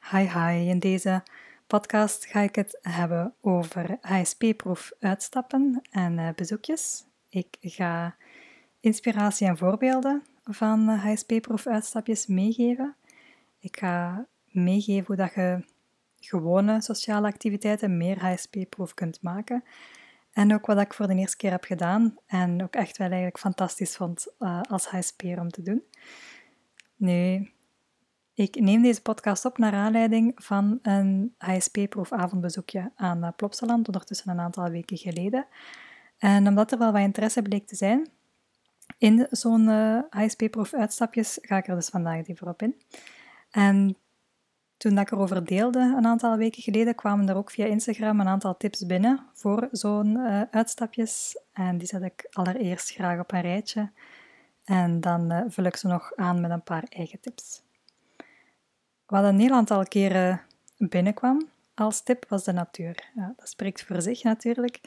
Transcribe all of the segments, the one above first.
Hi. In deze podcast ga ik het hebben over HSP-proof uitstappen en bezoekjes. Ik ga inspiratie en voorbeelden van HSP-proof uitstapjes meegeven. Ik ga meegeven hoe dat je gewone sociale activiteiten meer HSP-proof kunt maken. En ook wat ik voor de eerste keer heb gedaan en ook echt wel eigenlijk fantastisch vond als HSP'er om te doen. Nu, ik neem deze podcast op naar aanleiding van een HSP-proof avondbezoekje aan Plopsaland, ondertussen een aantal weken geleden. En omdat er wel wat interesse bleek te zijn in zo'n HSP-proof uitstapjes, ga ik er dus vandaag dieper op in. En toen ik erover deelde een aantal weken geleden, kwamen er ook via Instagram een aantal tips binnen voor zo'n uitstapjes. En die zet ik allereerst graag op een rijtje. En dan vul ik ze nog aan met een paar eigen tips. Wat een heel aantal keren binnenkwam als tip was de natuur. Ja, dat spreekt voor zich natuurlijk.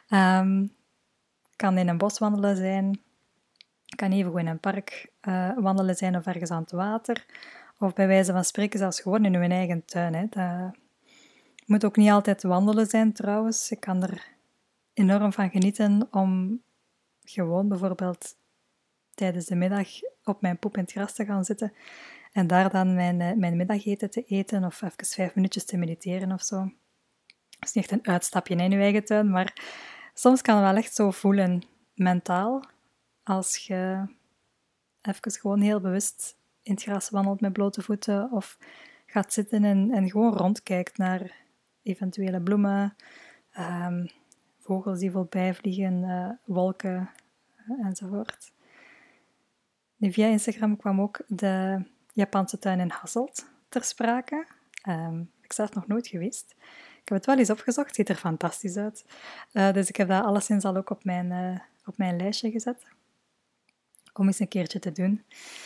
Kan in een bos wandelen zijn, kan even in een park wandelen zijn of ergens aan het water. Of bij wijze van spreken zelfs gewoon in uw eigen tuin. Hè. Dat moet ook niet altijd wandelen zijn trouwens. Ik kan er enorm van genieten om gewoon bijvoorbeeld tijdens de middag op mijn poep in het gras te gaan zitten en daar dan mijn middageten te eten of even 5 minuutjes te mediteren of zo. Dat is niet echt een uitstapje in je eigen tuin, maar soms kan het wel echt zo voelen, mentaal, als je even gewoon heel bewust in het gras wandelt met blote voeten of gaat zitten en gewoon rondkijkt naar eventuele bloemen, vogels die voorbij vliegen, wolken enzovoort. Nu, via Instagram kwam ook de Japanse tuin in Hasselt ter sprake. Ik zelf nog nooit geweest. Ik heb het wel eens opgezocht, het ziet er fantastisch uit. Dus ik heb dat alleszins al ook op mijn lijstje gezet. Om eens een keertje te doen.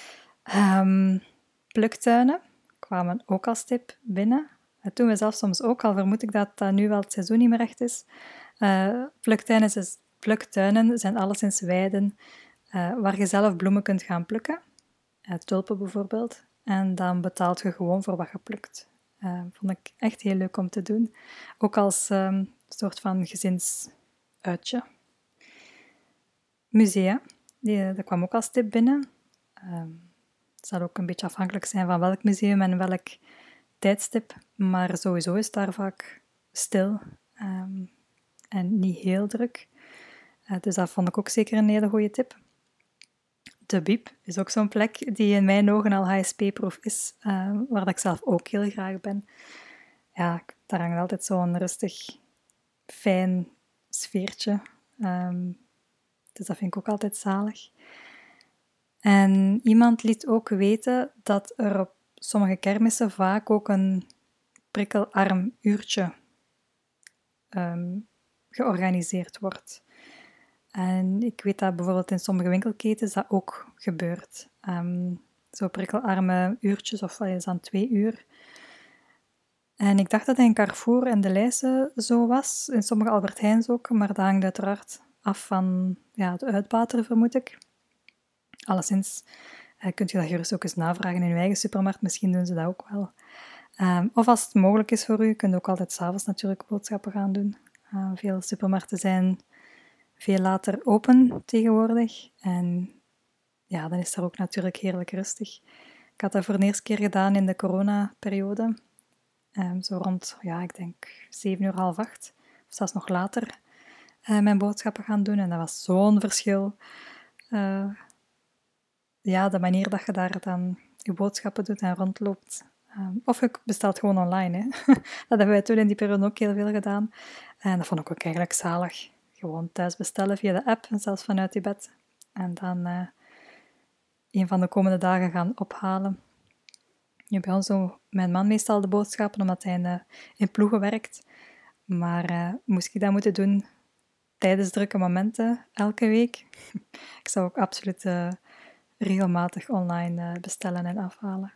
Pluktuinen kwamen ook als tip binnen. Dat doen we zelf soms ook, al vermoed ik dat dat nu wel het seizoen niet meer echt is. Pluktuinen zijn alleszins weiden waar je zelf bloemen kunt gaan plukken. Tulpen bijvoorbeeld. En dan betaalt je gewoon voor wat je plukt. Vond ik echt heel leuk om te doen. Ook als soort van gezinsuitje. Musea, dat kwam ook als tip binnen. Het zal ook een beetje afhankelijk zijn van welk museum en welk tijdstip. Maar sowieso is het daar vaak stil en niet heel druk. Dus dat vond ik ook zeker een hele goede tip. De Biep is ook zo'n plek die in mijn ogen al HSP-proof is, waar ik zelf ook heel graag ben. Ja, daar hangt altijd zo'n rustig, fijn sfeertje. Dus dat vind ik ook altijd zalig. En iemand liet ook weten dat er op sommige kermissen vaak ook een prikkelarm uurtje georganiseerd wordt. En ik weet dat bijvoorbeeld in sommige winkelketens dat ook gebeurt. Zo prikkelarme uurtjes, of dat is dan 2 uur. En ik dacht dat het in Carrefour en de Leijse zo was, in sommige Albert Heijns ook, maar dat hangt uiteraard af van het uitbateren, vermoed ik. Alleszins kun je dat gerust ook eens navragen in je eigen supermarkt, misschien doen ze dat ook wel. Of als het mogelijk is voor u, kun je ook altijd 's avonds natuurlijk boodschappen gaan doen. Veel supermarkten zijn veel later open tegenwoordig. En ja, dan is er ook natuurlijk heerlijk rustig. Ik had dat voor de eerste keer gedaan in de coronaperiode. Zo rond, ik denk 7 uur, half 8. Of zelfs nog later mijn boodschappen gaan doen. En dat was zo'n verschil. De manier dat je daar dan je boodschappen doet en rondloopt. Of je bestelt gewoon online. Hè. Dat hebben wij toen in die periode ook heel veel gedaan. En dat vond ik ook eigenlijk zalig. Gewoon thuis bestellen via de app en zelfs vanuit je bed. En dan een van de komende dagen gaan ophalen. Nu, bij ons doet mijn man meestal de boodschappen, omdat hij in ploegen werkt. Maar moest ik dat moeten doen tijdens drukke momenten, elke week? Ik zou ook absoluut regelmatig online bestellen en afhalen.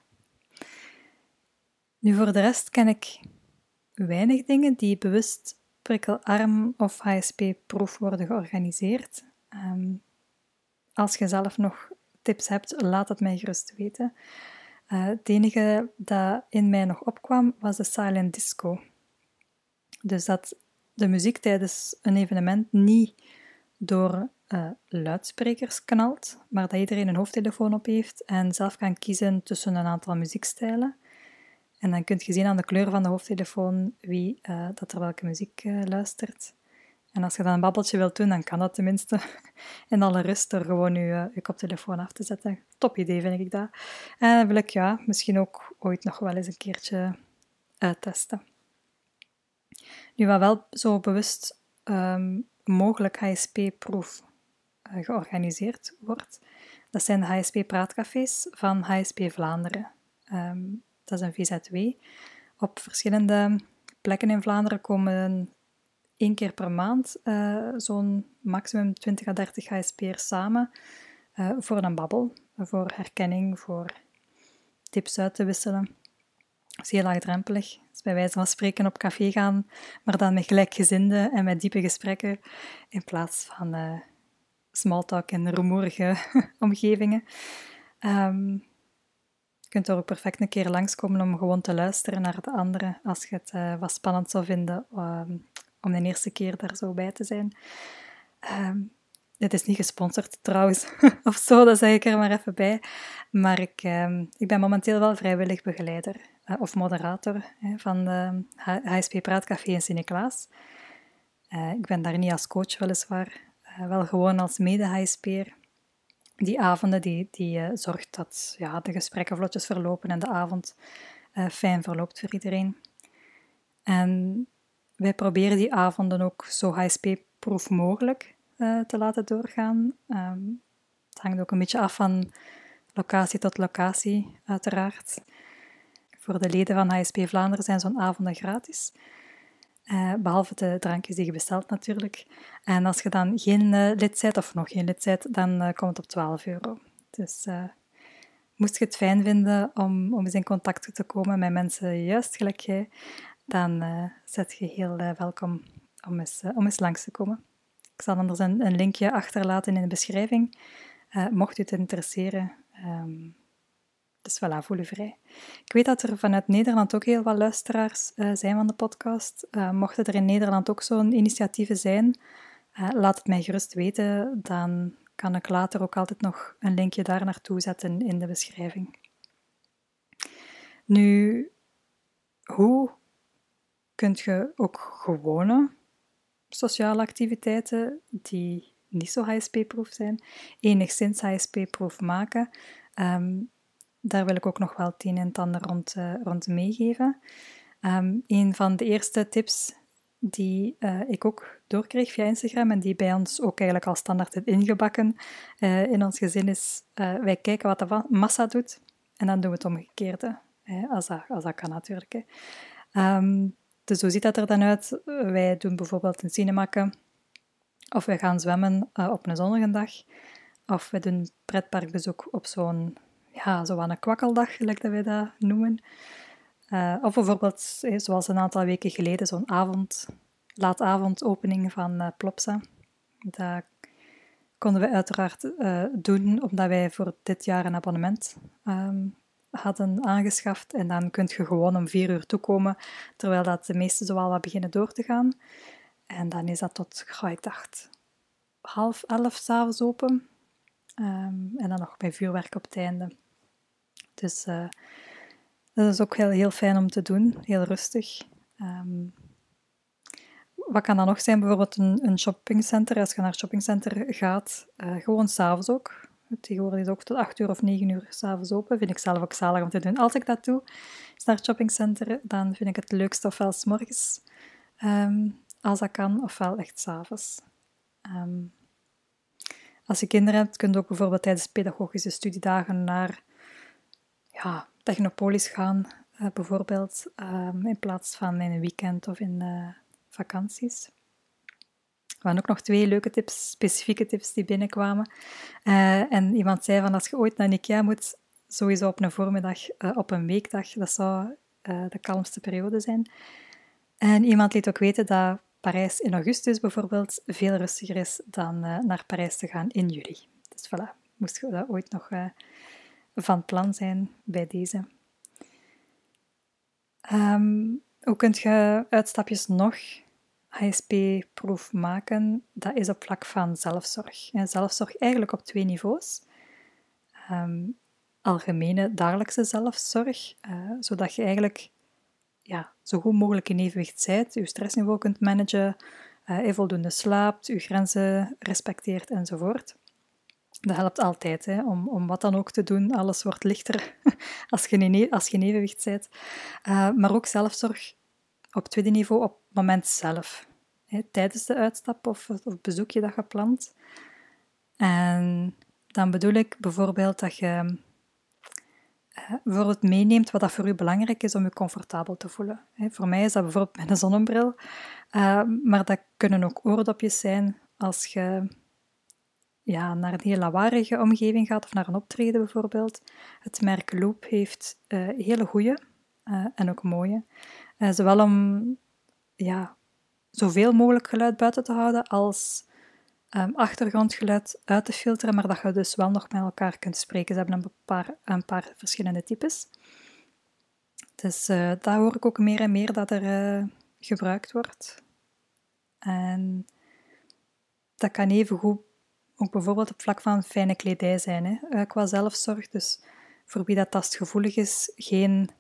Nu, voor de rest ken ik weinig dingen die bewust prikkelarm of HSP-proof worden georganiseerd. Als je zelf nog tips hebt, laat het mij gerust weten. Het enige dat in mij nog opkwam, was de silent disco. Dus dat de muziek tijdens een evenement niet door luidsprekers knalt, maar dat iedereen een hoofdtelefoon op heeft en zelf kan kiezen tussen een aantal muziekstijlen. En dan kun je zien aan de kleur van de hoofdtelefoon wie dat er welke muziek luistert. En als je dan een babbeltje wilt doen, dan kan dat tenminste. In alle rust door gewoon je koptelefoon af te zetten. Top idee vind ik dat. En dat wil ik misschien ook ooit nog wel eens een keertje uittesten. Nu, wat wel zo bewust mogelijk HSP-proef georganiseerd wordt, dat zijn de HSP-praatcafés van HSP Vlaanderen. Dat is een VZW. Op verschillende plekken in Vlaanderen komen 1 keer per maand zo'n maximum 20 à 30 HSP'ers samen voor een babbel, voor herkenning, voor tips uit te wisselen. Dat is heel laagdrempelig. Dus bij wijze van spreken op café gaan, maar dan met gelijkgezinden en met diepe gesprekken, in plaats van smalltalk en rumoerige omgevingen. Je kunt er ook perfect een keer langskomen om gewoon te luisteren naar de anderen, als je het wat spannend zou vinden om de eerste keer daar zo bij te zijn. Dit is niet gesponsord trouwens, of zo, dat zeg ik er maar even bij. Maar ik ben momenteel wel vrijwillig begeleider of moderator van de HSP Praatcafé in Sint-Niklaas. Ik ben daar niet als coach weliswaar, wel gewoon als mede-HSP'er. Die avonden die zorgt dat de gesprekken vlotjes verlopen en de avond fijn verloopt voor iedereen. En wij proberen die avonden ook zo HSP-proof mogelijk te laten doorgaan. Het hangt ook een beetje af van locatie tot locatie, uiteraard. Voor de leden van HSP Vlaanderen zijn zo'n avonden gratis. Behalve de drankjes die je bestelt natuurlijk. En als je dan geen lid bent, of nog geen lid bent, dan komt het op €12. Dus moest je het fijn vinden om eens in contact te komen met mensen juist gelijk jij, dan zet je heel welkom om eens langs te komen. Ik zal anders een linkje achterlaten in de beschrijving, mocht u het interesseren. Dus voilà, voel u vrij. Ik weet dat er vanuit Nederland ook heel wat luisteraars zijn van de podcast. Mochten er in Nederland ook zo'n initiatieven zijn, laat het mij gerust weten. Dan kan ik later ook altijd nog een linkje daar naartoe zetten in de beschrijving. Nu, hoe kun je ook gewone sociale activiteiten die niet zo HSP-proof zijn, enigszins HSP-proof maken? Daar wil ik ook nog wel het een en het ander rond meegeven. Een van de eerste tips die ik ook doorkreeg via Instagram en die bij ons ook eigenlijk al standaard is ingebakken in ons gezin is, wij kijken wat de massa doet en dan doen we het omgekeerde. Als dat kan natuurlijk. Dus hoe ziet dat er dan uit? Wij doen bijvoorbeeld een cinemakken, of we gaan zwemmen op een zonnige dag, of we doen pretparkbezoek op zo'n zo aan een kwakkeldag, gelijk dat wij dat noemen. Of bijvoorbeeld, zoals een aantal weken geleden, zo'n laatavondopening van Plopsa. Dat konden we uiteraard doen, omdat wij voor dit jaar een abonnement hadden aangeschaft. En dan kun je gewoon om 4 uur toekomen, terwijl dat de meesten zoal wat beginnen door te gaan. En dan is dat tot, ik dacht, 10:30 s'avonds open. En dan nog bij vuurwerk op het einde. Dus dat is ook heel fijn om te doen, heel rustig. Wat kan dat nog zijn? Bijvoorbeeld een shoppingcenter. Als je naar een shoppingcenter gaat, gewoon s'avonds ook. Tegenwoordig is het ook tot 8 uur of 9 uur s'avonds open. Vind ik zelf ook zalig om te doen. Als ik dat doe, is naar het shoppingcenter, dan vind ik het leukste ofwel 's morgens, als dat kan, ofwel echt 's avonds. Als je kinderen hebt, kun je ook bijvoorbeeld tijdens pedagogische studiedagen naar Technopolis gaan, bijvoorbeeld, in plaats van in een weekend of in vakanties. Er waren ook nog 2 leuke tips, specifieke tips die binnenkwamen. En iemand zei van, als je ooit naar Ikea moet, sowieso op een voormiddag, op een weekdag, dat zou de kalmste periode zijn. En iemand liet ook weten dat Parijs in augustus bijvoorbeeld veel rustiger is dan naar Parijs te gaan in juli. Dus voilà, moest je dat ooit nog van plan zijn bij deze. Hoe kun je uitstapjes nog HSP-proof maken? Dat is op vlak van zelfzorg. Zelfzorg eigenlijk op 2 niveaus. Algemene dagelijkse zelfzorg, zodat je eigenlijk zo goed mogelijk in evenwicht bent, je stressniveau kunt managen, voldoende slaapt, je grenzen respecteert enzovoort. Dat helpt altijd, om wat dan ook te doen. Alles wordt lichter als je in evenwicht bent. Maar ook zelfzorg op tweede niveau op het moment zelf. Tijdens de uitstap of bezoekje dat je plant. En dan bedoel ik bijvoorbeeld dat je bijvoorbeeld meeneemt wat dat voor u belangrijk is om je comfortabel te voelen. Voor mij is dat bijvoorbeeld mijn zonnebril. Maar dat kunnen ook oordopjes zijn als je naar een heel lawaardige omgeving gaat of naar een optreden bijvoorbeeld. Het merk Loop heeft hele goede en ook mooie. Zowel om zoveel mogelijk geluid buiten te houden als achtergrondgeluid uit te filteren, maar dat je dus wel nog met elkaar kunt spreken. Ze hebben een paar verschillende types. Dus daar hoor ik ook meer en meer dat er gebruikt wordt. En dat kan even goed ook bijvoorbeeld op vlak van fijne kledij zijn, qua zelfzorg. Dus voor wie dat tastgevoelig is, geen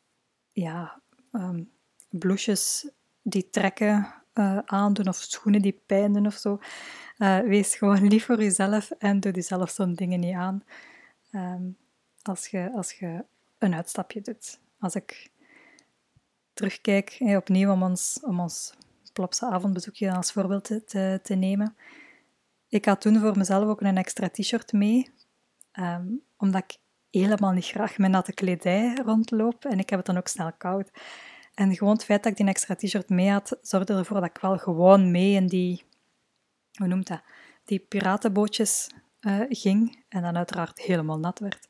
blouses die trekken aandoen of schoenen die pijn doen of zo. Wees gewoon lief voor jezelf en doe jezelf zo'n dingen niet aan als je een uitstapje doet. Als ik terugkijk, opnieuw om ons Plopsa avondbezoekje als voorbeeld te nemen. Ik had toen voor mezelf ook een extra t-shirt mee, omdat ik helemaal niet graag met natte kledij rondloop en ik heb het dan ook snel koud. En gewoon het feit dat ik die extra t-shirt mee had, zorgde ervoor dat ik wel gewoon mee in die, die piratenbootjes ging en dan uiteraard helemaal nat werd.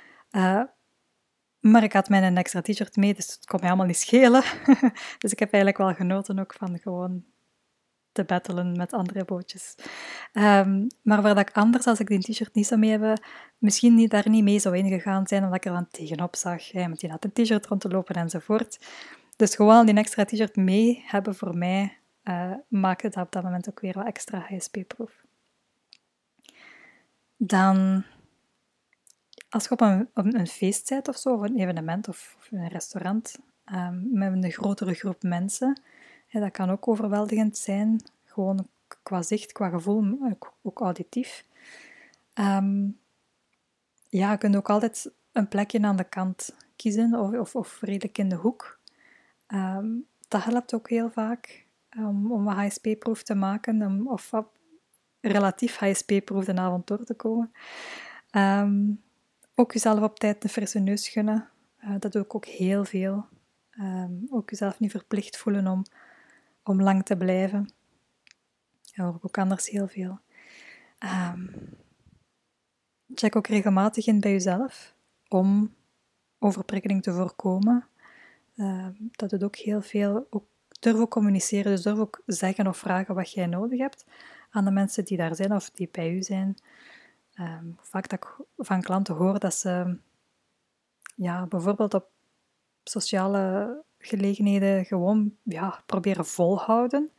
Maar ik had mijn extra t-shirt mee, dus het kon mij allemaal niet schelen. Dus ik heb eigenlijk wel genoten ook van gewoon te battelen met andere bootjes. Maar waar dat ik anders, als ik die t-shirt niet zou mee hebben, misschien daar niet mee zou ingegaan zijn, omdat ik er dan tegenop zag, met die natte t-shirt rond te lopen enzovoort. Dus gewoon die extra t-shirt mee hebben voor mij maakte dat op dat moment ook weer wat extra HSP-proof. Dan, als je op een feest bent of zo, of een evenement of een restaurant, met een grotere groep mensen, dat kan ook overweldigend zijn, gewoon qua zicht, qua gevoel, ook auditief. Je kunt ook altijd een plekje aan de kant kiezen of redelijk in de hoek. Dat helpt ook heel vaak om wat HSP-proof te maken, of relatief HSP-proof de avond door te komen. Ook jezelf op tijd een frisse neus gunnen. Dat doe ik ook heel veel. Ook jezelf niet verplicht voelen om lang te blijven. Dat hoor ik ook anders heel veel. Check ook regelmatig in bij jezelf om overprikkeling te voorkomen. Dat doet ook heel veel. Ook durf ook communiceren, dus durf ook zeggen of vragen wat jij nodig hebt aan de mensen die daar zijn of die bij u zijn. Vaak dat ik van klanten hoor dat ze bijvoorbeeld op sociale gelegenheden gewoon proberen volhouden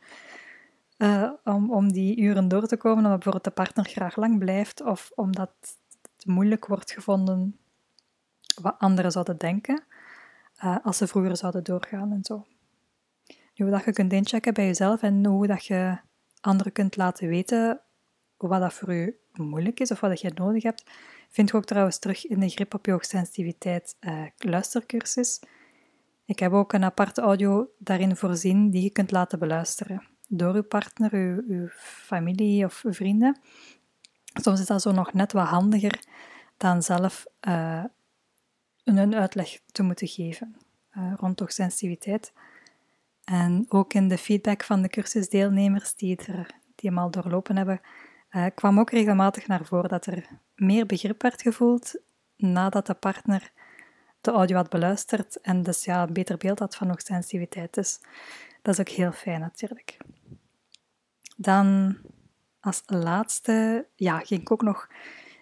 om die uren door te komen, omdat bijvoorbeeld de partner graag lang blijft of omdat het moeilijk wordt gevonden wat anderen zouden denken als ze vroeger zouden doorgaan en zo. Nu, hoe dat je kunt inchecken bij jezelf en hoe dat je anderen kunt laten weten wat dat voor je moeilijk is of wat dat je nodig hebt, vind je ook trouwens terug in de Grip op je hoogsensitiviteit luistercursus. Ik heb ook een aparte audio daarin voorzien die je kunt laten beluisteren door uw partner, uw familie of uw vrienden. Soms is dat zo nog net wat handiger dan zelf een uitleg te moeten geven rond hoogsensitiviteit. En ook in de feedback van de cursusdeelnemers die hem al doorlopen hebben, kwam ook regelmatig naar voren dat er meer begrip werd gevoeld nadat de partner de audio had beluisterd en dus een beter beeld had van hoogsensitiviteit. Dus dat is ook heel fijn natuurlijk. Dan als laatste ging ik ook nog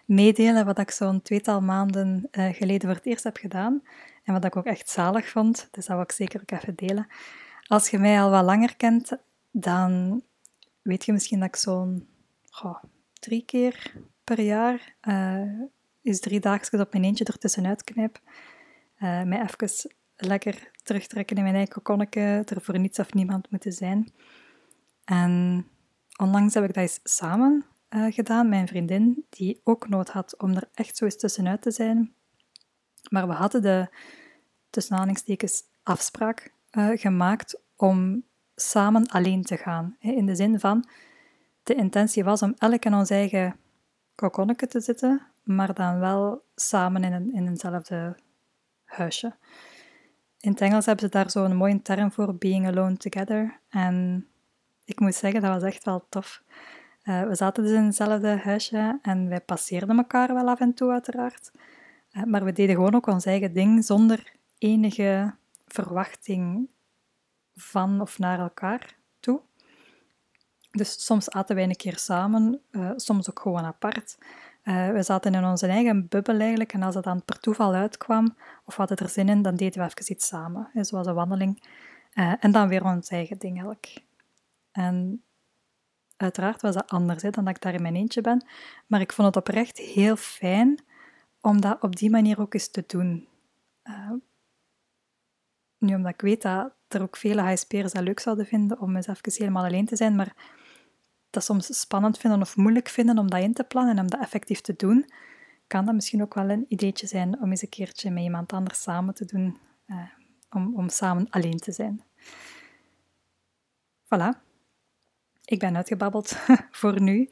meedelen wat ik zo'n 2-tal maanden geleden voor het eerst heb gedaan. En wat ik ook echt zalig vond, dus dat wil ik zeker ook even delen. Als je mij al wat langer kent, dan weet je misschien dat ik zo'n 3 keer per jaar eens 3 dagjes op mijn eentje ertussenuit knijp. Mij even lekker terugtrekken in mijn eigen kokonnetje, er voor niets of niemand moeten zijn. En onlangs heb ik dat eens samen gedaan, mijn vriendin, die ook nood had om er echt zo eens tussenuit te zijn. Maar we hadden de, tussen aanhalingstekens, afspraak gemaakt om samen alleen te gaan. In de zin van, de intentie was om elk in ons eigen kokonnetje te zitten, maar dan wel samen in eenzelfde huisje. In het Engels hebben ze daar zo'n mooie term voor, being alone together. En ik moet zeggen, dat was echt wel tof. We zaten dus in hetzelfde huisje en wij passeerden elkaar wel af en toe uiteraard. Maar we deden gewoon ook ons eigen ding zonder enige verwachting van of naar elkaar toe. Dus soms aten wij een keer samen, soms ook gewoon apart. We zaten in onze eigen bubbel eigenlijk en als het dan per toeval uitkwam of we hadden er zin in, dan deden we even iets samen, zoals een wandeling. En dan weer ons eigen ding elk. En uiteraard was dat anders dan dat ik daar in mijn eentje ben, maar ik vond het oprecht heel fijn om dat op die manier ook eens te doen. Nu, omdat ik weet dat er ook vele HSP'ers dat leuk zouden vinden om eens even helemaal alleen te zijn, maar dat soms spannend vinden of moeilijk vinden om dat in te plannen en om dat effectief te doen, kan dat misschien ook wel een ideetje zijn om eens een keertje met iemand anders samen te doen, om samen alleen te zijn. Voilà. Ik ben uitgebabbeld voor nu.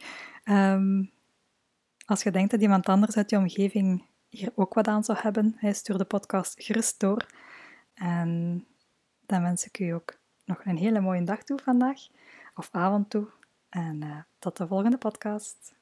Als je denkt dat iemand anders uit je omgeving hier ook wat aan zou hebben, stuur de podcast gerust door. En dan wens ik u ook nog een hele mooie dag toe vandaag, of avond toe. En tot de volgende podcast.